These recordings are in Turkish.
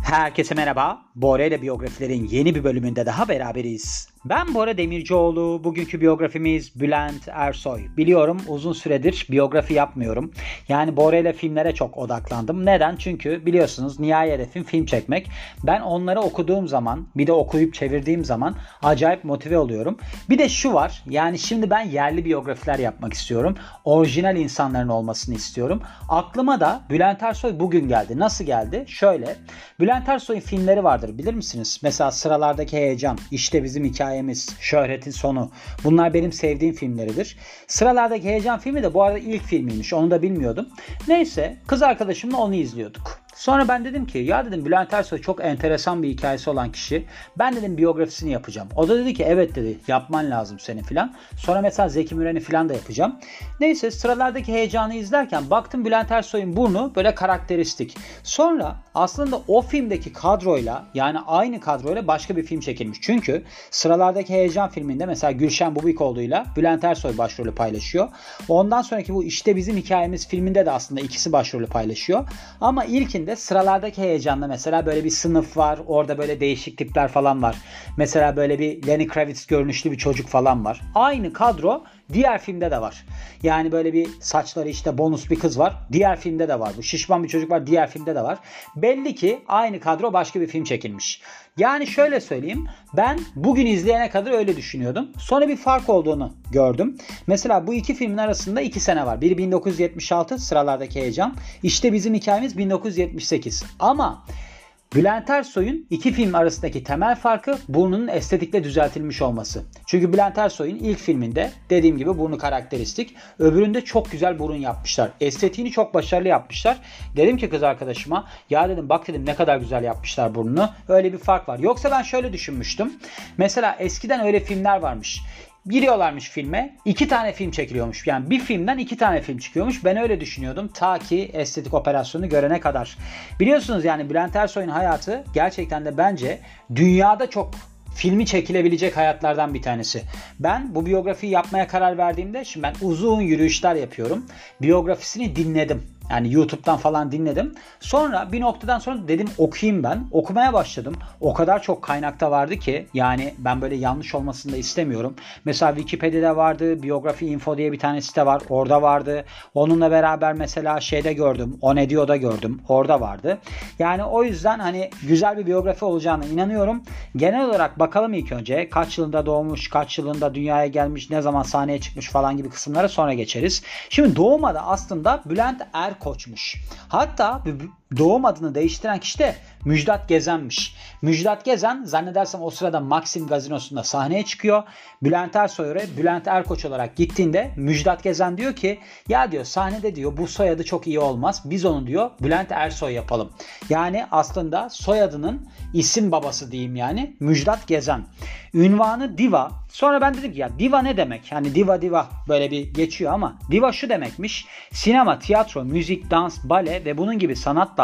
Herkese merhaba. Bora ile biyografilerin yeni bir bölümünde daha beraberiz. Ben Bora Demircioğlu. Bugünkü biyografimiz Bülent Ersoy. Biliyorum uzun süredir biyografi yapmıyorum. Yani Bora ile filmlere çok odaklandım. Neden? Çünkü biliyorsunuz nihai hedefim film çekmek. Ben onları okuduğum zaman, bir de okuyup çevirdiğim zaman acayip motive oluyorum. Bir de şu var. Yani şimdi ben yerli biyografiler yapmak istiyorum. Orijinal insanların olmasını istiyorum. Aklıma da Bülent Ersoy bugün geldi. Nasıl geldi? Şöyle. Bülent Ersoy'un filmleri vardır, bilir misiniz? Mesela Sıralardaki Heyecan, İşte Bizim Hikayemiz, Şöhretin Sonu. Bunlar benim sevdiğim filmleridir. Sıralardaki Heyecan filmi de bu arada ilk filmiymiş. Onu da bilmiyordum. Neyse, kız arkadaşımla onu izliyorduk. Sonra ben dedim ki ya dedim Bülent Ersoy çok enteresan bir hikayesi olan kişi. Ben dedim biyografisini yapacağım. O da dedi ki evet dedi, yapman lazım senin filan. Sonra mesela Zeki Müren'i filan da yapacağım. Neyse, Sıralardaki Heyecanı izlerken baktım Bülent Ersoy'un burnu böyle karakteristik. Sonra aslında o filmdeki kadroyla, yani aynı kadroyla başka bir film çekilmiş. Çünkü Sıralardaki Heyecan filminde mesela Gülşen Bubikoğlu'yla Bülent Ersoy başrolü paylaşıyor. Ondan sonraki bu İşte Bizim Hikayemiz filminde de aslında ikisi başrolü paylaşıyor. Ama ilkinde Sıralardaki Heyecan'da mesela böyle bir sınıf var. Orada böyle değişik tipler falan var. Mesela böyle bir Lenny Kravitz görünüşlü bir çocuk falan var. Aynı kadro diğer filmde de var. Yani böyle bir saçları işte bonus bir kız var. Diğer filmde de var. Bu şişman bir çocuk var. Diğer filmde de var. Belli ki aynı kadro başka bir film çekilmiş. Yani şöyle söyleyeyim. Ben bugün izleyene kadar öyle düşünüyordum. Sonra bir fark olduğunu gördüm. Mesela bu iki filmin arasında 2 sene var. Biri 1976 Sıralardaki Heyecan. İşte Bizim Hikayemiz 1978. Ama Bülent Ersoy'un iki film arasındaki temel farkı burnunun estetikle düzeltilmiş olması. Çünkü Bülent Ersoy'un ilk filminde dediğim gibi burnu karakteristik. Öbüründe çok güzel burun yapmışlar. Estetiğini çok başarılı yapmışlar. Dedim ki kız arkadaşıma ya dedim bak dedim ne kadar güzel yapmışlar burnunu. Öyle bir fark var. Yoksa ben şöyle düşünmüştüm. Mesela eskiden öyle filmler varmış. Giriyorlarmış filme, 2 tane film çekiliyormuş. Yani bir filmden 2 tane film çıkıyormuş. Ben öyle düşünüyordum ta ki estetik operasyonu görene kadar. Biliyorsunuz yani Bülent Ersoy'un hayatı gerçekten de bence dünyada çok filmi çekilebilecek hayatlardan bir tanesi. Ben bu biyografiyi yapmaya karar verdiğimde şimdi ben uzun yürüyüşler yapıyorum. Biyografisini dinledim. Yani YouTube'dan falan dinledim. Sonra bir noktadan sonra dedim okuyayım ben. Okumaya başladım. O kadar çok kaynakta vardı ki yani ben böyle yanlış olmasını da istemiyorum. Mesela Wikipedia'da vardı. Biyografi Info diye bir tane site var. Orada vardı. Onunla beraber mesela şeyde gördüm. Onedio'da gördüm. Orada vardı. Yani o yüzden hani güzel bir biyografi olacağına inanıyorum. Genel olarak bakalım ilk önce. Kaç yılında doğmuş, kaç yılında dünyaya gelmiş, ne zaman sahneye çıkmış falan gibi kısımlara sonra geçeriz. Şimdi doğuma da aslında Bülent Erkoç'muş. Hatta doğum adını değiştiren kişi de Müjdat Gezen'miş. Müjdat Gezen zannedersem o sırada Maxim Gazinosu'nda sahneye çıkıyor. Bülent Ersoy oraya Bülent Erkoç olarak gittiğinde Müjdat Gezen diyor ki ya diyor sahnede diyor bu soyadı çok iyi olmaz. Biz onu diyor Bülent Ersoy yapalım. Yani aslında soyadının isim babası diyeyim yani Müjdat Gezen. Ünvanı Diva. Sonra ben dedim ki ya diva ne demek? Hani diva böyle bir geçiyor ama diva şu demekmiş. Sinema, tiyatro, müzik, dans, bale ve bunun gibi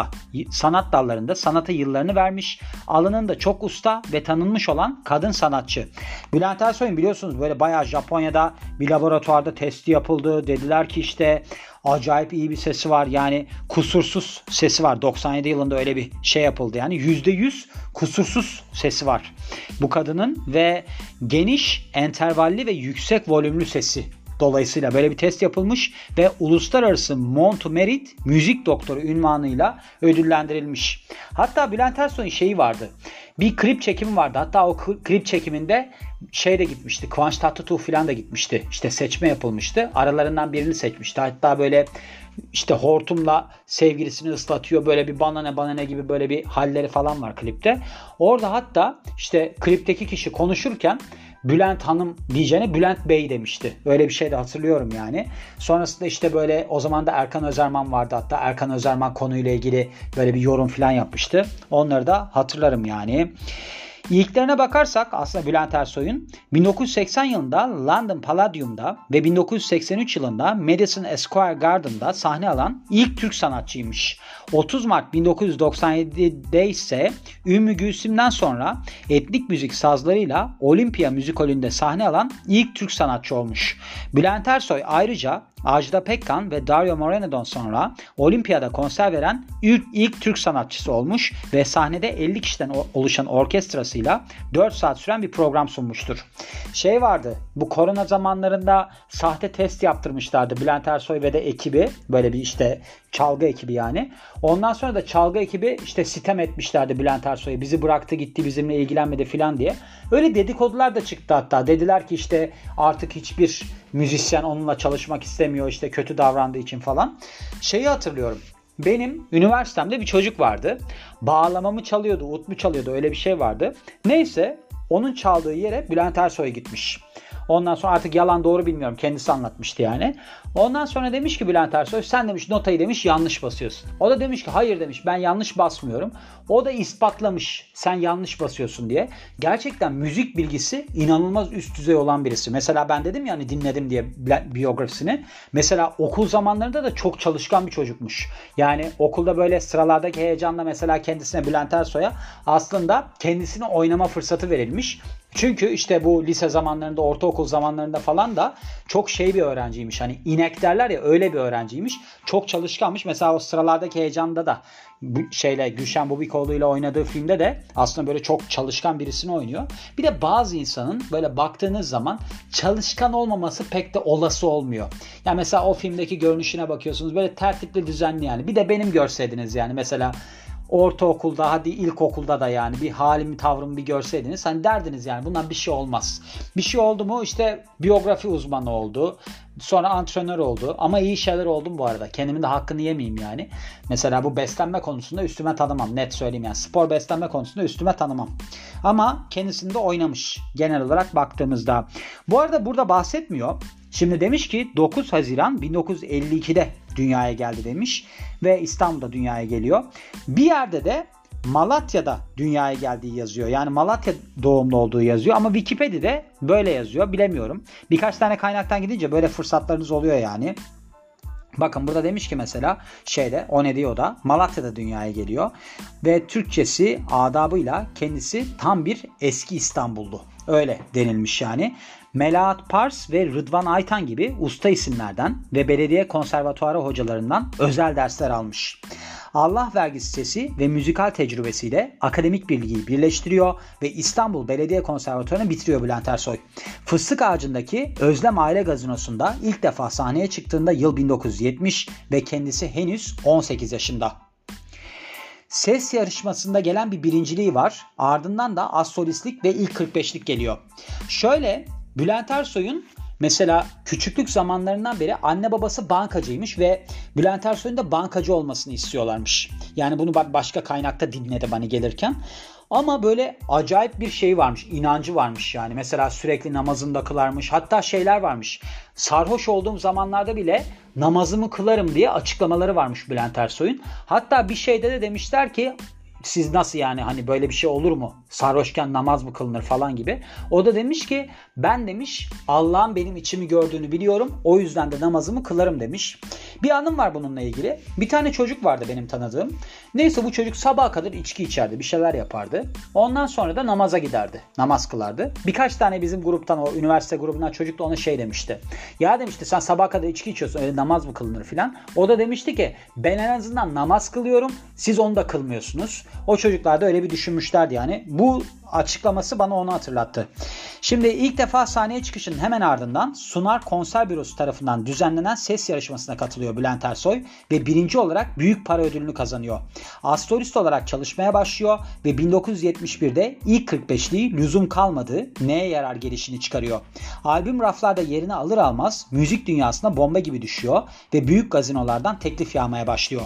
sanat dallarında sanata yıllarını vermiş. Alanında çok usta ve tanınmış olan kadın sanatçı. Bülent Ersoy'un biliyorsunuz böyle bayağı Japonya'da bir laboratuvarda testi yapıldı. Dediler ki işte acayip iyi bir sesi var. Yani kusursuz sesi var. 97 yılında öyle bir şey yapıldı. Yani %100 kusursuz sesi var bu kadının ve geniş, entervalli ve yüksek volümlü sesi. Dolayısıyla böyle bir test yapılmış ve uluslararası Montmerit müzik doktoru unvanıyla ödüllendirilmiş. Hatta Bülent Ersoy'un şeyi vardı. Bir klip çekimi vardı. Hatta o klip çekiminde şey de gitmişti. Kıvanç Tatlıtuğ falan da gitmişti. İşte seçme yapılmıştı. Aralarından birini seçmişti. Hatta böyle işte hortumla sevgilisini ıslatıyor. Böyle bir banana gibi böyle bir halleri falan var klipte. Orada hatta işte klipteki kişi konuşurken Bülent Hanım diyeceğine Bülent Bey demişti. Öyle bir şey de hatırlıyorum yani. Sonrasında işte böyle o zaman da Erkan Özerman vardı. Hatta Erkan Özerman konuyla ilgili böyle bir yorum falan yapmıştı. Onları da hatırlarım yani. İlklerine bakarsak aslında Bülent Ersoy'un 1980 yılında London Palladium'da ve 1983 yılında Madison Square Garden'da sahne alan ilk Türk sanatçıymış. 30 Mart 1997'de ise Ümmü Gülsüm'den sonra etnik müzik sazlarıyla Olimpiya Müzikolü'nde sahne alan ilk Türk sanatçı olmuş. Bülent Ersoy ayrıca Ajda Pekkan ve Dario Moreno'dan sonra Olimpiyada konser veren ilk Türk sanatçısı olmuş ve sahnede 50 kişiden oluşan orkestrasıyla 4 saat süren bir program sunmuştur. Vardı, bu korona zamanlarında sahte test yaptırmışlardı Bülent Ersoy ve de ekibi, böyle bir çalgı ekibi yani. Ondan sonra da çalgı ekibi sitem etmişlerdi Bülent Ersoy'a, bizi bıraktı gitti, bizimle ilgilenmedi filan diye. Öyle dedikodular da çıktı hatta. Dediler ki artık hiçbir müzisyen onunla çalışmak istemiyor kötü davrandığı için falan. Hatırlıyorum. Benim üniversitemde bir çocuk vardı. Bağlamamı çalıyordu, ut mu çalıyordu, öyle bir şey vardı. Neyse, onun çaldığı yere Bülent Ersoy gitmiş. Ondan sonra artık yalan doğru bilmiyorum, kendisi anlatmıştı yani. Ondan sonra demiş ki Bülent Ersoy, sen demiş notayı demiş yanlış basıyorsun. O da demiş ki hayır demiş, ben yanlış basmıyorum. O da ispatlamış sen yanlış basıyorsun diye. Gerçekten müzik bilgisi inanılmaz üst düzey olan birisi. Mesela ben dedim ya dinledim diye biyografisini. Mesela okul zamanlarında da çok çalışkan bir çocukmuş. Yani okulda böyle sıralardaki heyecanla mesela kendisine, Bülent Ersoy'a aslında kendisine oynama fırsatı verilmiş. Çünkü bu lise zamanlarında, ortaokul zamanlarında falan da çok bir öğrenciymiş. Hani inek derler ya, öyle bir öğrenciymiş. Çok çalışkanmış. Mesela o sıralardaki heyecanda da Gülşen Bubikoğlu ile oynadığı filmde de aslında böyle çok çalışkan birisini oynuyor. Bir de bazı insanın böyle baktığınız zaman çalışkan olmaması pek de olası olmuyor. Yani mesela o filmdeki görünüşüne bakıyorsunuz, böyle tertipli, düzenli yani. Bir de benim görseydiniz yani mesela ortaokulda, hadi ilkokulda da yani bir halimi, tavrımı bir görseydiniz, hani derdiniz yani bundan bir şey olmaz. Bir şey oldu mu biyografi uzmanı oldu. Sonra antrenör oldu. Ama iyi şeyler oldu bu arada. Kendimin de hakkını yemeyeyim yani. Mesela bu beslenme konusunda üstüme tanımam. Net söyleyeyim yani. Spor beslenme konusunda üstüme tanımam. Ama kendisinde oynamış genel olarak baktığımızda. Bu arada burada bahsetmiyor. Şimdi demiş ki 9 Haziran 1952'de dünyaya geldi demiş. Ve İstanbul'da dünyaya geliyor. Bir yerde de Malatya'da dünyaya geldiği yazıyor. Yani Malatya doğumlu olduğu yazıyor ama Wikipedia'da böyle yazıyor. Bilemiyorum. Birkaç tane kaynaktan gidince böyle fırsatlarınız oluyor yani. Bakın burada demiş ki mesela O ne diyor da Malatya'da dünyaya geliyor. Ve Türkçesi adabıyla kendisi tam bir eski İstanbullu. Öyle denilmiş yani. Melahat Pars ve Rıdvan Aytan gibi usta isimlerden ve belediye konservatuarı hocalarından özel dersler almış. Allah vergisi sesi ve müzikal tecrübesiyle akademik bilgiyi birleştiriyor ve İstanbul Belediye Konservatuvarı'nı bitiriyor Bülent Ersoy. Fıstık Ağacı'ndaki Özlem Aile Gazinosu'nda ilk defa sahneye çıktığında yıl 1970 ve kendisi henüz 18 yaşında. Ses yarışmasında gelen bir birinciliği var. Ardından da az solistlik ve ilk 45'lik geliyor. Bülent Ersoy'un mesela küçüklük zamanlarından beri anne babası bankacıymış ve Bülent Ersoy'un da bankacı olmasını istiyorlarmış. Yani bunu başka kaynakta dinledim gelirken. Ama böyle acayip bir varmış, inancı varmış yani. Mesela sürekli namazını da kılarmış. Hatta varmış. Sarhoş olduğum zamanlarda bile namazımı kılarım diye açıklamaları varmış Bülent Ersoy'un. Hatta bir de demişler ki siz nasıl yani, hani böyle bir şey olur mu? Sarhoşken namaz mı kılınır falan gibi. O da demiş ki ben demiş Allah'ın benim içimi gördüğünü biliyorum. O yüzden de namazımı kılarım demiş. Bir anım var bununla ilgili. Bir tane çocuk vardı benim tanıdığım. Neyse bu çocuk sabaha kadar içki içerdi. Bir şeyler yapardı. Ondan sonra da namaza giderdi. Namaz kılardı. Birkaç tane bizim gruptan, o üniversite grubundan çocuk da ona demişti. Ya demişti sen sabaha kadar içki içiyorsun, öyle namaz mı kılınır filan. O da demişti ki ben en azından namaz kılıyorum. Siz onu da kılmıyorsunuz. O çocuklar da öyle bir düşünmüşlerdi yani. Bu açıklaması bana onu hatırlattı. Şimdi ilk defa sahneye çıkışının hemen ardından Sunar Konser Bürosu tarafından düzenlenen ses yarışmasına katılıyor Bülent Ersoy ve birinci olarak büyük para ödülünü kazanıyor. Astrolist olarak çalışmaya başlıyor ve 1971'de ilk 45'liği Lüzum Kalmadı Neye Yarar gelişini çıkarıyor. Albüm raflarda yerini alır almaz müzik dünyasına bomba gibi düşüyor ve büyük gazinolardan teklif yağmaya başlıyor.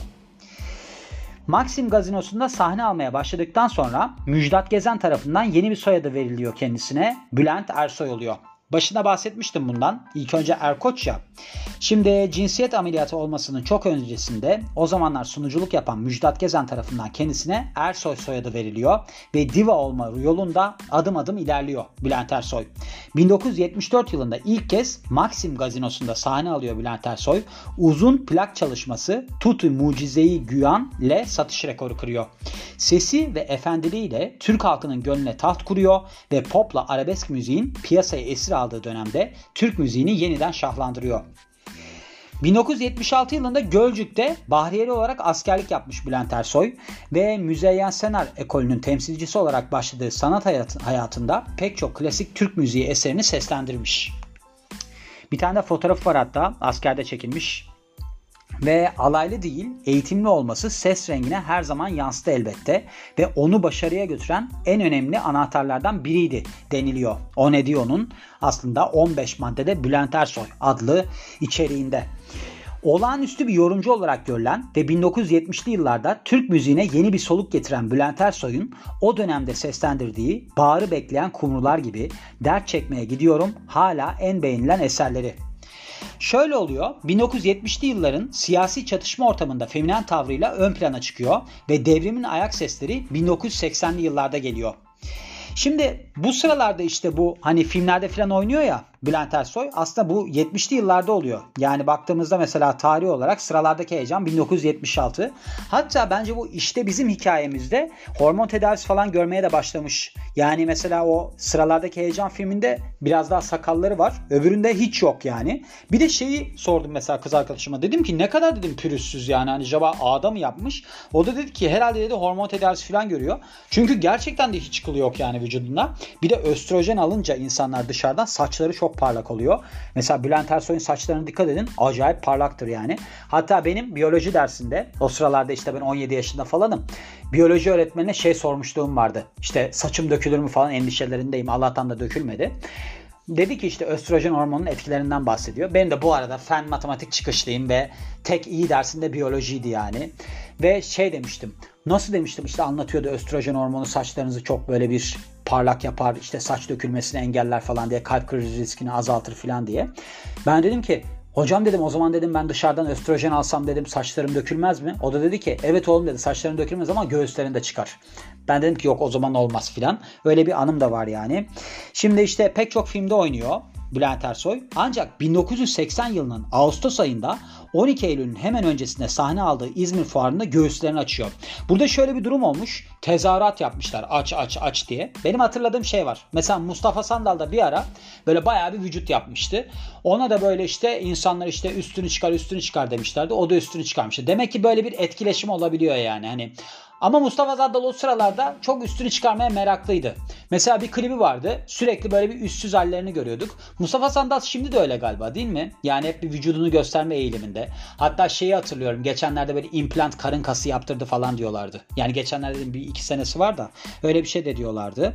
Maxim Gazinosu'nda sahne almaya başladıktan sonra Müjdat Gezen tarafından yeni bir soyadı veriliyor kendisine. Bülent Ersoy oluyor. Başında bahsetmiştim bundan. İlk önce Erkoç ya. Şimdi cinsiyet ameliyatı olmasının çok öncesinde o zamanlar sunuculuk yapan Müjdat Gezen tarafından kendisine Ersoy soyadı veriliyor ve diva olma yolunda adım adım ilerliyor Bülent Ersoy. 1974 yılında ilk kez Maxim Gazinosu'nda sahne alıyor Bülent Ersoy. Uzun plak çalışması Tutu Mucizeyi Güyan ile satış rekoru kırıyor. Sesi ve efendiliğiyle Türk halkının gönlüne taht kuruyor ve popla arabesk müziğin piyasaya esir aldığı dönemde Türk müziğini yeniden şahlandırıyor. 1976 yılında Gölcük'te Bahriyeli olarak askerlik yapmış Bülent Ersoy ve Müzeyyen Senar ekolünün temsilcisi olarak başladığı sanat hayatında pek çok klasik Türk müziği eserini seslendirmiş. Bir tane de fotoğrafı var, hatta askerde çekilmiş. Ve alaylı değil, eğitimli olması ses rengine her zaman yansıdı elbette ve onu başarıya götüren en önemli anahtarlardan biriydi deniliyor. O ne diyor'nun aslında 15 maddede Bülent Ersoy adlı içeriğinde. Olağanüstü bir yorumcu olarak görülen ve 1970'li yıllarda Türk müziğine yeni bir soluk getiren Bülent Ersoy'un o dönemde seslendirdiği Bağrı Bekleyen Kumrular gibi, Dert Çekmeye Gidiyorum hala en beğenilen eserleri. Şöyle oluyor, 1970'li yılların siyasi çatışma ortamında feminen tavrıyla ön plana çıkıyor ve devrimin ayak sesleri 1980'li yıllarda geliyor. Şimdi bu sıralarda işte bu hani filmlerde falan oynuyor ya Bülent Ersoy, aslında bu 70'li yıllarda oluyor. Yani baktığımızda mesela tarih olarak sıralardaki heyecan 1976. Hatta bence bu işte bizim hikayemizde hormon tedavisi falan görmeye de başlamış. Yani mesela o sıralardaki heyecan filminde biraz daha sakalları var. Öbüründe hiç yok yani. Bir de şeyi sordum mesela kız arkadaşıma. Dedim ki ne kadar dedim pürüzsüz yani. Hani acaba ağda mı yapmış? O da dedi ki herhalde dedi hormon tedavisi falan görüyor. Çünkü gerçekten de hiç kılı yok yani vücudunda. Bir de östrojen alınca insanlar dışarıdan saçları çok parlak oluyor. Mesela Bülent Ersoy'un saçlarına dikkat edin. Acayip parlaktır yani. Hatta benim biyoloji dersinde o sıralarda işte ben 17 yaşında falanım. Biyoloji öğretmenine şey sormuşluğum vardı. İşte saçım dökülür mü falan endişelerindeyim. Allah'tan da dökülmedi. Dedi ki işte östrojen hormonunun etkilerinden bahsediyor. Benim de bu arada fen matematik çıkışlıyım ve tek iyi dersinde biyolojiydi yani. Ve şey demiştim. Nasıl demiştim, işte anlatıyordu östrojen hormonu saçlarınızı çok böyle bir parlak yapar, işte saç dökülmesini engeller falan diye, kalp krizi riskini azaltır falan diye. Ben dedim ki hocam dedim o zaman dedim ben dışarıdan östrojen alsam dedim saçlarım dökülmez mi? O da dedi ki evet oğlum dedi saçların dökülmez ama göğüslerin de çıkar. Ben dedim ki yok o zaman olmaz filan. Öyle bir anım da var yani. Şimdi işte pek çok filmde oynuyor Bülent Ersoy. Ancak 1980 yılının Ağustos ayında 12 Eylül'ün hemen öncesinde sahne aldığı İzmir Fuarı'nda göğüslerini açıyor. Burada şöyle bir durum olmuş. Tezahürat yapmışlar aç aç aç diye. Benim hatırladığım şey var. Mesela Mustafa Sandal da bir ara böyle bayağı bir vücut yapmıştı. Ona da böyle işte insanlar işte üstünü çıkar demişlerdi. O da üstünü çıkarmıştı. Demek ki böyle bir etkileşim olabiliyor yani. Hani ama Mustafa Sandal o sıralarda çok üstünü çıkarmaya meraklıydı. Mesela bir klibi vardı. Sürekli böyle bir üstsüz hallerini görüyorduk. Mustafa Sandal şimdi de öyle galiba değil mi? Yani hep bir vücudunu gösterme eğiliminde. Hatta şeyi hatırlıyorum. Geçenlerde böyle implant karın kası yaptırdı falan diyorlardı. Yani geçenlerde bir 2 senesi var da öyle bir şey de diyorlardı.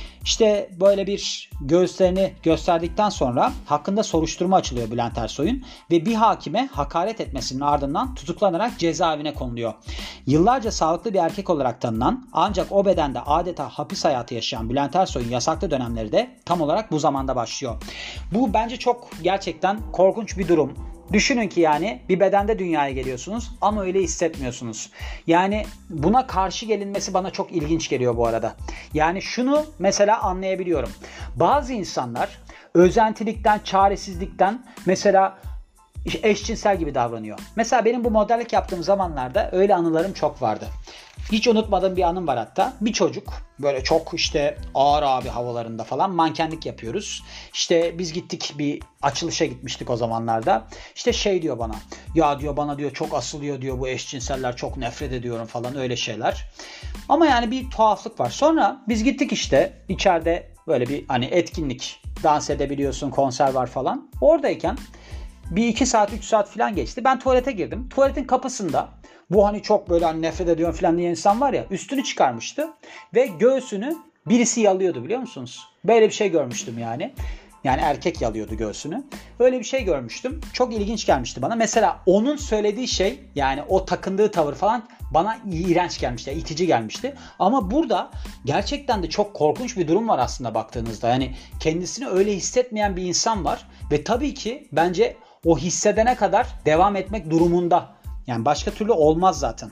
İşte böyle bir göğüslerini gösterdikten sonra hakkında soruşturma açılıyor Bülent Ersoy'un ve bir hakime hakaret etmesinin ardından tutuklanarak cezaevine konuluyor. Yıllarca sağlıklı bir erkek olarak tanınan ancak o bedende adeta hapis hayatı yaşayan Bülent Ersoy'un yasaklı dönemleri de tam olarak bu zamanda başlıyor. Bu bence çok gerçekten korkunç bir durum. Düşünün ki yani bir bedende dünyaya geliyorsunuz ama öyle hissetmiyorsunuz. Yani buna karşı gelinmesi bana çok ilginç geliyor bu arada. Yani şunu mesela anlayabiliyorum. Bazı insanlar özentilikten, çaresizlikten mesela eşcinsel gibi davranıyor. Mesela benim bu modellik yaptığım zamanlarda öyle anılarım çok vardı. Hiç unutmadığım bir anım var hatta. Bir çocuk böyle çok işte ağır abi havalarında falan mankenlik yapıyoruz. İşte biz gittik bir açılışa gitmiştik o zamanlarda. İşte şey diyor bana. Ya diyor bana diyor çok asılıyor diyor bu eşcinseller çok nefret ediyorum falan öyle şeyler. Ama yani bir tuhaflık var. Sonra biz gittik işte içeride böyle bir hani etkinlik. Dans edebiliyorsun, konser var falan. Oradayken bir 2 saat 3 saat falan geçti. Ben tuvalete girdim. Tuvaletin kapısında bu hani çok böyle hani nefret ediyorum falan diye insan var ya üstünü çıkarmıştı ve göğsünü birisi yalıyordu biliyor musunuz? Böyle bir şey görmüştüm yani. Yani erkek yalıyordu göğsünü. Öyle bir şey görmüştüm. Çok ilginç gelmişti bana. Mesela onun söylediği şey yani o takındığı tavır falan bana iğrenç gelmişti. İtici gelmişti. Ama burada gerçekten de çok korkunç bir durum var aslında baktığınızda. Yani kendisini öyle hissetmeyen bir insan var. Ve tabii ki bence o hissedene kadar devam etmek durumunda. Yani başka türlü olmaz zaten.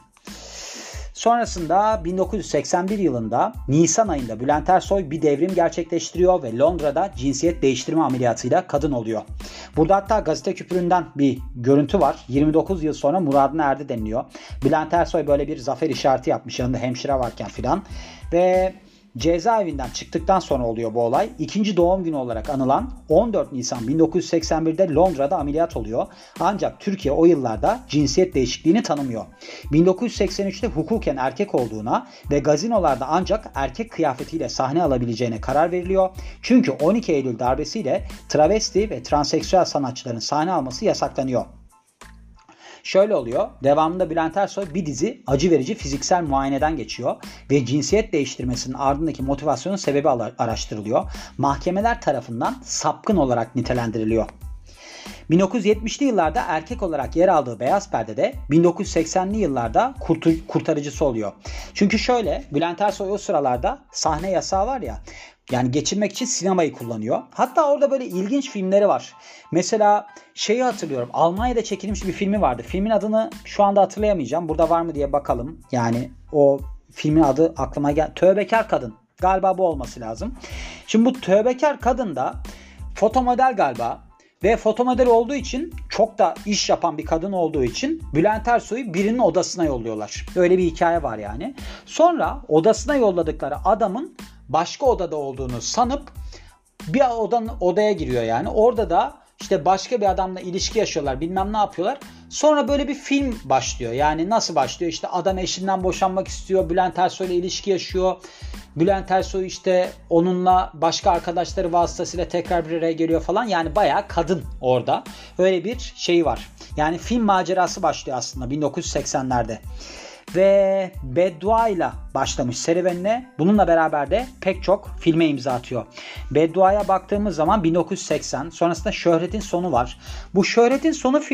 Sonrasında 1981 yılında Nisan ayında Bülent Ersoy bir devrim gerçekleştiriyor ve Londra'da cinsiyet değiştirme ameliyatıyla kadın oluyor. Burada hatta gazete küpüründen bir görüntü var. 29 yıl sonra muradına erdi deniliyor. Bülent Ersoy böyle bir zafer işareti yapmış yanında hemşire varken filan. Ve Cezaevinden çıktıktan sonra oluyor bu olay. İkinci doğum günü olarak anılan 14 Nisan 1981'de Londra'da ameliyat oluyor. Ancak Türkiye o yıllarda cinsiyet değişikliğini tanımıyor. 1983'te hukuken erkek olduğuna ve gazinolarda ancak erkek kıyafetiyle sahne alabileceğine karar veriliyor. Çünkü 12 Eylül darbesiyle travesti ve transseksüel sanatçıların sahne alması yasaklanıyor. Şöyle oluyor. Devamında Bülent Ersoy bir dizi acı verici fiziksel muayeneden geçiyor ve cinsiyet değiştirmesinin ardındaki motivasyonun sebebi araştırılıyor. Mahkemeler tarafından sapkın olarak nitelendiriliyor. 1970'li yıllarda erkek olarak yer aldığı Beyaz Perde'de 1980'li yıllarda kurtarıcısı oluyor. Çünkü şöyle, Bülent Ersoy o sıralarda sahne yasağı var ya, yani geçinmek için sinemayı kullanıyor. Hatta orada böyle ilginç filmleri var. Mesela şeyi hatırlıyorum. Almanya'da çekilmiş bir filmi vardı. Filmin adını şu anda hatırlayamayacağım. Burada var mı diye bakalım. Yani o filmin adı aklıma Tövbekar Kadın. Galiba bu olması lazım. Şimdi bu Tövbekar Kadın da fotomodel galiba. Ve fotomodel olduğu için, çok da iş yapan bir kadın olduğu için Bülent Ersoy'u birinin odasına yolluyorlar. Öyle bir hikaye var yani. Sonra odasına yolladıkları adamın başka odada olduğunu sanıp bir odaya giriyor yani. Orada da işte başka bir adamla ilişki yaşıyorlar, bilmem ne yapıyorlar. Sonra böyle bir film başlıyor. Yani nasıl başlıyor? İşte adam eşinden boşanmak istiyor. Bülent Ersoy'la ilişki yaşıyor. Bülent Ersoy işte onunla başka arkadaşları vasıtasıyla tekrar bir araya geliyor falan. Yani bayağı kadın orada. Öyle bir şey var. Yani film macerası başlıyor aslında 1980'lerde. Ve Beddua ile başlamış serüvenine. Bununla beraber de pek çok filme imza atıyor. Beddua'ya baktığımız zaman 1980, sonrasında Şöhretin Sonu var. Bu Şöhretin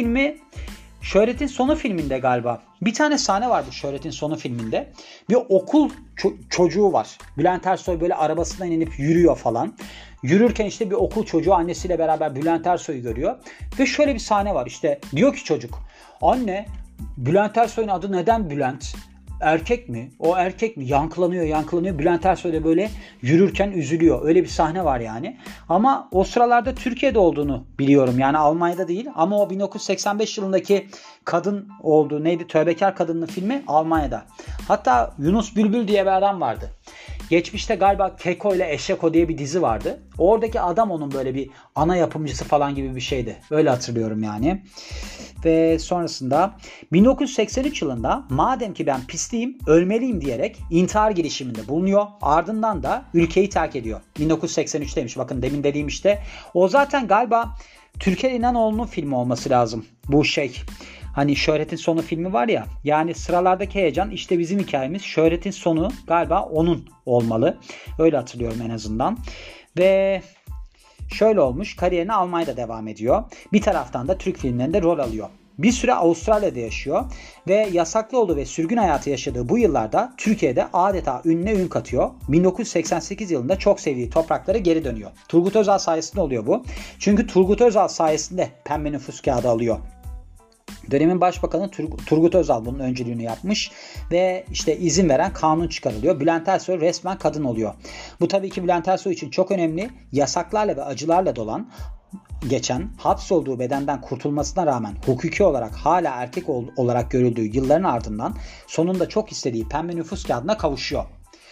Sonu filminde galiba bir tane sahne var bu Şöhretin Sonu filminde. Bir okul çocuğu var. Bülent Ersoy böyle arabasından inip yürüyor falan. Yürürken işte bir okul çocuğu annesiyle beraber Bülent Ersoy'u görüyor. Ve şöyle bir sahne var, işte diyor ki çocuk, anne, Bülent Ersoy'un adı neden Bülent? Erkek mi? O erkek mi? Yankılanıyor. Bülent Ersoy da böyle yürürken üzülüyor. Öyle bir sahne var yani. Ama o sıralarda Türkiye'de olduğunu biliyorum. Yani Almanya'da değil. Ama o 1985 yılındaki kadın olduğu, neydi? Tövbekar Kadın'ın filmi Almanya'da. Hatta Yunus Bülbül diye bir adam vardı. Geçmişte galiba Keko ile Eşeko diye bir dizi vardı. Oradaki adam onun böyle bir ana yapımcısı falan gibi bir şeydi. Öyle hatırlıyorum yani. Ve sonrasında 1983 yılında madem ki ben pisliyim, ölmeliyim diyerek intihar girişiminde bulunuyor. Ardından da ülkeyi terk ediyor. 1983'teymiş. Bakın demin dediğim işte. O zaten galiba Türker İnanoğlu'nun filmi olması lazım. Bu şey. Hani Şöhretin Sonu filmi var ya. Yani sıralardaki heyecan, işte bizim hikayemiz. Şöhretin Sonu galiba onun olmalı. Öyle hatırlıyorum en azından. Ve şöyle olmuş. Kariyerine Almanya'da devam ediyor. Bir taraftan da Türk filmlerinde rol alıyor. Bir süre Avustralya'da yaşıyor ve yasaklı olduğu ve sürgün hayatı yaşadığı bu yıllarda Türkiye'de adeta ününe ün katıyor. 1988 yılında çok sevdiği topraklara geri dönüyor. Turgut Özal sayesinde oluyor bu. Çünkü Turgut Özal sayesinde pembe nüfus kağıdı alıyor. Dönemin başbakanı Turgut Özal bunun öncülüğünü yapmış ve işte izin veren kanun çıkarılıyor. Bülent Ersoy resmen kadın oluyor. Bu tabii ki Bülent Ersoy için çok önemli. Yasaklarla ve acılarla geçen, hapsolduğu bedenden kurtulmasına rağmen hukuki olarak hala erkek olarak görüldüğü yılların ardından sonunda çok istediği pembe nüfus kağıdına kavuşuyor.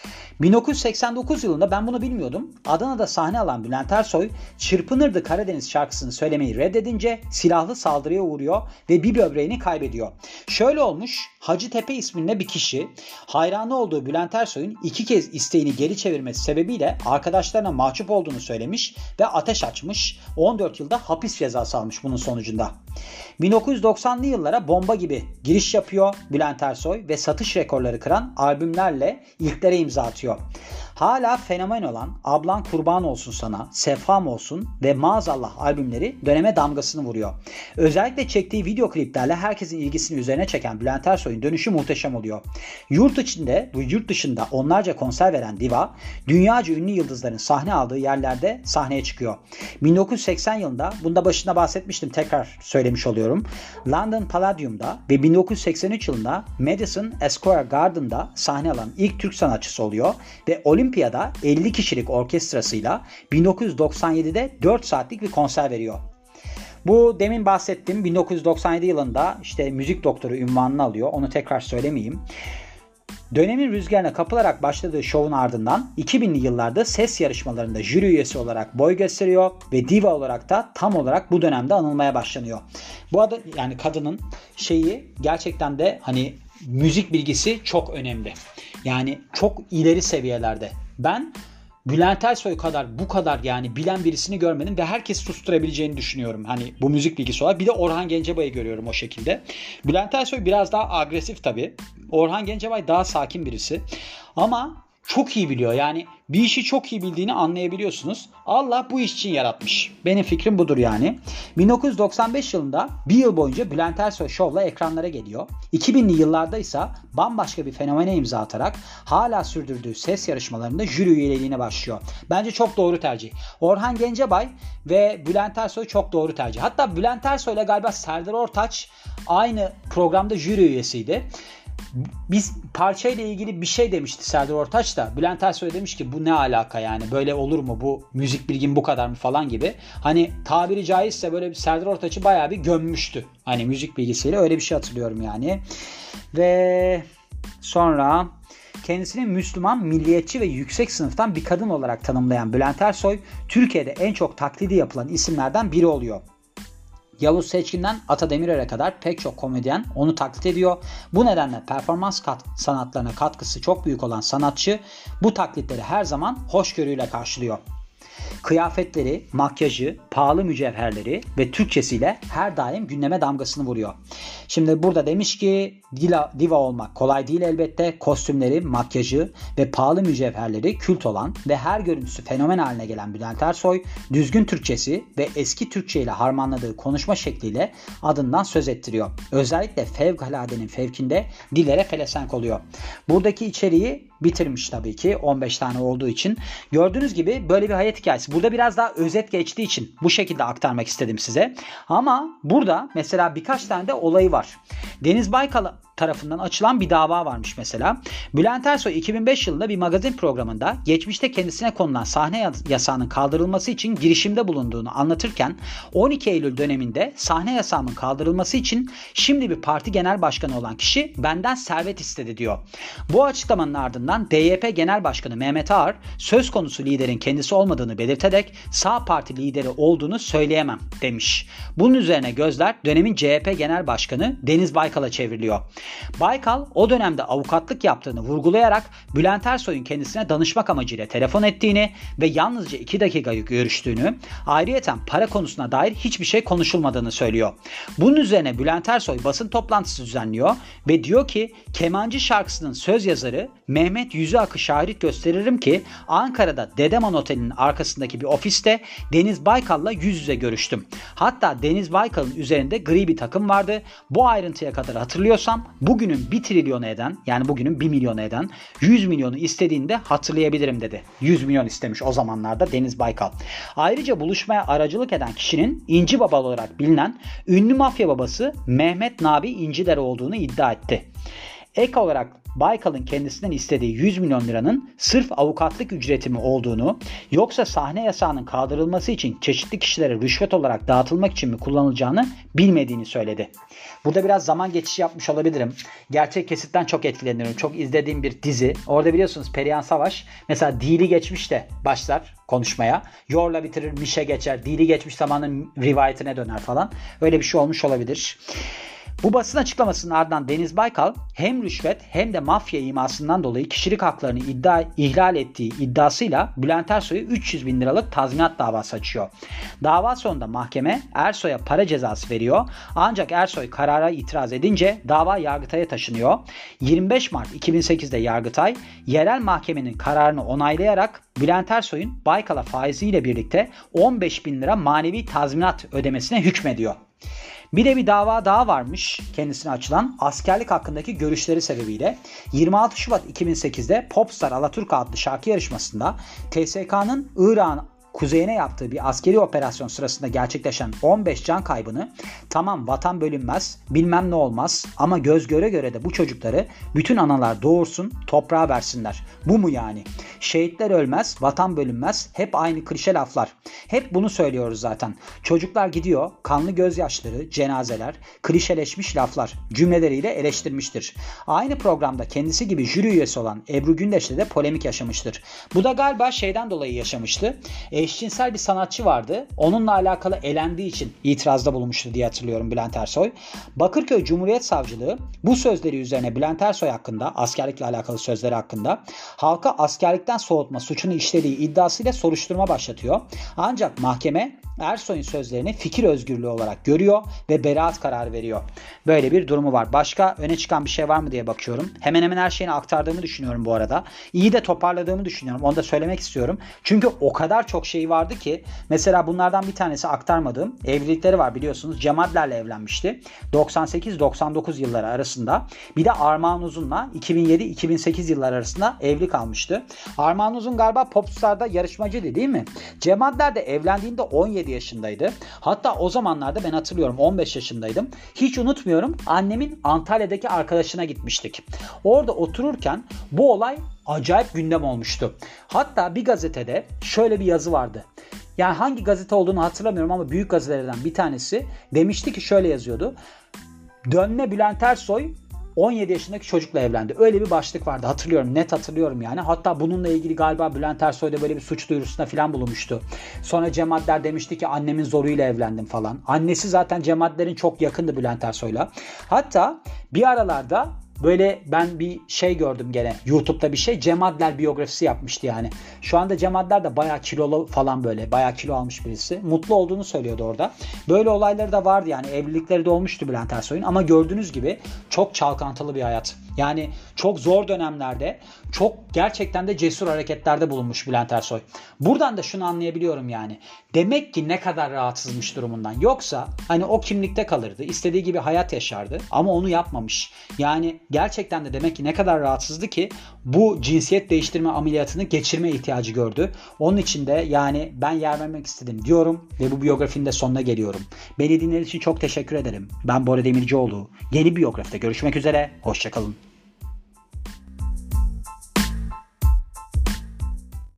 1989 yılında, ben bunu bilmiyordum, Adana'da sahne alan Bülent Ersoy Çırpınırdı Karadeniz şarkısını söylemeyi reddedince silahlı saldırıya uğruyor ve bir böbreğini kaybediyor. Şöyle olmuş, Hacıtepe isminde bir kişi hayranı olduğu Bülent Ersoy'un 2 kez isteğini geri çevirmesi sebebiyle arkadaşlarına mahcup olduğunu söylemiş ve ateş açmış. 14 yılda hapis cezası almış bunun sonucunda. 1990'lı yıllara bomba gibi giriş yapıyor Bülent Ersoy ve satış rekorları kıran albümlerle ilklere imza atıyor. Hala fenomen olan Ablan Kurban Olsun Sana, Sefam Olsun ve Maazallah albümleri döneme damgasını vuruyor. Özellikle çektiği video kliplerle herkesin ilgisini üzerine çeken Bülent Ersoy'un dönüşü muhteşem oluyor. Yurt dışında onlarca konser veren diva, dünyaca ünlü yıldızların sahne aldığı yerlerde sahneye çıkıyor. 1980 yılında, bunda başında bahsetmiştim, tekrar söylemiş oluyorum, London Palladium'da ve 1983 yılında Madison Square Garden'da sahne alan ilk Türk sanatçısı oluyor ve Olimpiyada 50 kişilik orkestrasıyla 1997'de 4 saatlik bir konser veriyor. Bu demin bahsettiğim 1997 yılında işte müzik doktoru unvanını alıyor. Onu tekrar söylemeyeyim. Dönemin rüzgarına kapılarak başladığı şovun ardından 2000'li yıllarda ses yarışmalarında jüri üyesi olarak boy gösteriyor ve diva olarak da tam olarak bu dönemde anılmaya başlanıyor. Bu adı yani kadının gerçekten de hani müzik bilgisi çok önemli. Yani çok ileri seviyelerde. Ben Bülent Ersoy kadar bu kadar yani bilen birisini görmedim ve herkes susturabileceğini düşünüyorum. Hani bu müzik bilgisi olarak. Bir de Orhan Gencebay'ı görüyorum o şekilde. Bülent Ersoy biraz daha agresif tabii. Orhan Gencebay daha sakin birisi. Ama çok iyi biliyor. Yani bir işi çok iyi bildiğini anlayabiliyorsunuz. Allah bu iş için yaratmış. Benim fikrim budur yani. 1995 yılında bir yıl boyunca Bülent Ersoy Show'la ekranlara geliyor. 2000'li yıllarda ise bambaşka bir fenomene imza atarak hala sürdürdüğü ses yarışmalarında jüri üyeliğine başlıyor. Bence çok doğru tercih. Orhan Gencebay ve Bülent Ersoy çok doğru tercih. Hatta Bülent Ersoy ile galiba Serdar Ortaç aynı programda jüri üyesiydi. Biz parçayla ilgili bir şey demişti Serdar Ortaç da. Bülent Ersoy demiş ki bu ne alaka yani böyle olur mu, bu müzik bilgin bu kadar mı falan gibi. Hani tabiri caizse böyle bir Serdar Ortaç'ı bayağı bir gömmüştü. Hani müzik bilgisiyle öyle bir şey hatırlıyorum yani. Ve sonra kendisini Müslüman, milliyetçi ve yüksek sınıftan bir kadın olarak tanımlayan Bülent Ersoy Türkiye'de en çok taklidi yapılan isimlerden biri oluyor. Yavuz Seçkin'den Ata Demirer'e kadar pek çok komedyen onu taklit ediyor. Bu nedenle performans sanatlarına katkısı çok büyük olan sanatçı bu taklitleri her zaman hoşgörüyle karşılıyor. Kıyafetleri, makyajı, pahalı mücevherleri ve Türkçesiyle her daim gündeme damgasını vuruyor. Şimdi burada demiş ki diva olmak kolay değil elbette. Kostümleri, makyajı ve pahalı mücevherleri kült olan ve her görüntüsü fenomen haline gelen Bülent Ersoy, düzgün Türkçesi ve eski Türkçe ile harmanladığı konuşma şekliyle adından söz ettiriyor. Özellikle fevkaladenin fevkinde dillere pelesenk oluyor. Buradaki içeriği bitirmiş tabii ki 15 tane olduğu için. Gördüğünüz gibi böyle bir hayat hikayesi. Burada biraz daha özet geçtiği için bu şekilde aktarmak istedim size. Ama burada mesela birkaç tane de olayı var. Deniz Baykal tarafından açılan bir dava varmış mesela. Bülent Ersoy 2005 yılında bir magazin programında geçmişte kendisine konulan sahne yasağının kaldırılması için girişimde bulunduğunu anlatırken 12 Eylül döneminde sahne yasağının kaldırılması için şimdi bir parti genel başkanı olan kişi benden servet istedi diyor. Bu açıklamanın ardından DYP Genel Başkanı Mehmet Ağar söz konusu liderin kendisi olmadığını belirterek sağ parti lideri olduğunu söyleyemem demiş. Bunun üzerine gözler dönemin CHP Genel Başkanı Deniz Baykal'a çevriliyor. Baykal o dönemde avukatlık yaptığını vurgulayarak Bülent Ersoy'un kendisine danışmak amacıyla telefon ettiğini ve yalnızca 2 dakika görüştüğünü, ayrıyeten para konusuna dair hiçbir şey konuşulmadığını söylüyor. Bunun üzerine Bülent Ersoy basın toplantısı düzenliyor ve diyor ki Kemancı şarkısının söz yazarı Mehmet Yüzüak'ı şahit gösteririm ki Ankara'da Dedeman Oteli'nin arkasındaki bir ofiste Deniz Baykal'la yüz yüze görüştüm. Hatta Deniz Baykal'ın üzerinde gri bir takım vardı. Bu ayrıntıya kadar hatırlıyorsam bugünün 1 trilyonu eden yani bugünün 1 milyonu eden 100 milyonu istediğinde hatırlayabilirim dedi. 100 milyon istemiş o zamanlarda Deniz Baykal. Ayrıca buluşmaya aracılık eden kişinin İnci Baba olarak bilinen ünlü mafya babası Mehmet Nabi İnciler olduğunu iddia etti. Ek olarak Baykal'ın kendisinden istediği 100 milyon liranın sırf avukatlık ücreti mi olduğunu yoksa sahne yasağının kaldırılması için çeşitli kişilere rüşvet olarak dağıtılmak için mi kullanılacağını bilmediğini söyledi. Burada biraz zaman geçişi yapmış olabilirim. Gerçek kesitten çok etkileniyorum. Çok izlediğim bir dizi. Orada biliyorsunuz Perihan Savaş mesela dili geçmiş de başlar konuşmaya. Yorla bitirir, mişe geçer. Dili geçmiş zamanın rivayetine döner falan. Öyle bir şey olmuş olabilir. Bu basın açıklamasının ardından Deniz Baykal hem rüşvet hem de mafya imasından dolayı kişilik haklarını ihlal ettiği iddiasıyla Bülent Ersoy'a 300 bin liralık tazminat davası açıyor. Dava sonunda mahkeme Ersoy'a para cezası veriyor. Ancak Ersoy karara itiraz edince dava Yargıtay'a taşınıyor. 25 Mart 2008'de Yargıtay yerel mahkemenin kararını onaylayarak Bülent Ersoy'un Baykal'a faiziyle birlikte 15 bin lira manevi tazminat ödemesine hükmediyor. Bir de bir dava daha varmış kendisine açılan askerlik hakkındaki görüşleri sebebiyle 26 Şubat 2008'de Popstar Alaturka adlı şarkı yarışmasında TSK'nın kuzeyine yaptığı bir askeri operasyon sırasında gerçekleşen 15 can kaybını tamam vatan bölünmez, bilmem ne olmaz ama göz göre göre de bu çocukları bütün analar doğursun, toprağa versinler. Bu mu yani? Şehitler ölmez, vatan bölünmez. Hep aynı klişe laflar. Hep bunu söylüyoruz zaten. Çocuklar gidiyor, kanlı gözyaşları, cenazeler, klişeleşmiş laflar cümleleriyle eleştirmiştir. Aynı programda kendisi gibi jüri üyesi olan Ebru Gündeş'le de polemik yaşamıştır. Bu da galiba şeyden dolayı yaşamıştı. Eşcinsel bir sanatçı vardı. Onunla alakalı elendiği için itirazda bulunmuştu diye hatırlıyorum Bülent Ersoy. Bakırköy Cumhuriyet Savcılığı bu sözleri üzerine Bülent Ersoy hakkında, askerlikle alakalı sözleri hakkında halka askerlikten soğutma suçunu işlediği iddiasıyla soruşturma başlatıyor. Ancak mahkeme Ersoy'un sözlerini fikir özgürlüğü olarak görüyor ve beraat kararı veriyor. Böyle bir durumu var. Başka öne çıkan bir şey var mı diye bakıyorum. Hemen hemen her şeyini aktardığımı düşünüyorum bu arada. İyi de toparladığımı düşünüyorum. Onu da söylemek istiyorum. Çünkü o kadar çok şey vardı ki. Mesela bunlardan bir tanesi aktarmadığım evlilikleri var biliyorsunuz. Cem Adler'le evlenmişti. 98-99 yılları arasında. Bir de Armağan Uzun'la 2007-2008 yılları arasında evli kalmıştı. Armağan Uzun galiba Popstar'da yarışmacıydı değil mi? Cem Adler de evlendiğinde 17 yaşındaydı. Hatta o zamanlarda ben hatırlıyorum 15 yaşındaydım. Hiç unutmuyorum annemin Antalya'daki arkadaşına gitmiştik. Orada otururken bu olay acayip gündem olmuştu. Hatta bir gazetede şöyle bir yazı vardı. Yani hangi gazete olduğunu hatırlamıyorum ama büyük gazetelerden bir tanesi demişti ki şöyle yazıyordu. Dönme Bülent Ersoy 17 yaşındaki çocukla evlendi. Öyle bir başlık vardı. Hatırlıyorum. Net hatırlıyorum yani. Hatta bununla ilgili galiba Bülent Ersoy da böyle bir suç duyurusunda falan bulunmuştu. Sonra Cem Adler demişti ki annemin zoruyla evlendim falan. Annesi zaten Cem Adler'in çok yakındı Bülent Ersoy'la. Hatta bir aralarda böyle ben bir şey gördüm gene. YouTube'da bir şey. Cem Adler biyografisi yapmıştı yani. Şu anda Cem Adler de bayağı kilolu falan böyle. Bayağı kilo almış birisi. Mutlu olduğunu söylüyordu orada. Böyle olayları da vardı yani. Evlilikleri de olmuştu Bülent Ersoy'un. Ama gördüğünüz gibi çok çalkantılı bir hayat. Yani çok zor dönemlerde çok gerçekten de cesur hareketlerde bulunmuş Bülent Ersoy. Buradan da şunu anlayabiliyorum yani. Demek ki ne kadar rahatsızmış durumundan. Yoksa hani o kimlikte kalırdı. İstediği gibi hayat yaşardı. Ama onu yapmamış. Yani gerçekten de demek ki ne kadar rahatsızdı ki bu cinsiyet değiştirme ameliyatını geçirme ihtiyacı gördü. Onun için de yani ben yer vermek istedim diyorum ve bu biyografinin de sonuna geliyorum. Beni dinlediğiniz için çok teşekkür ederim. Ben Bora Demircioğlu. Yeni biyografide görüşmek üzere. Hoşçakalın.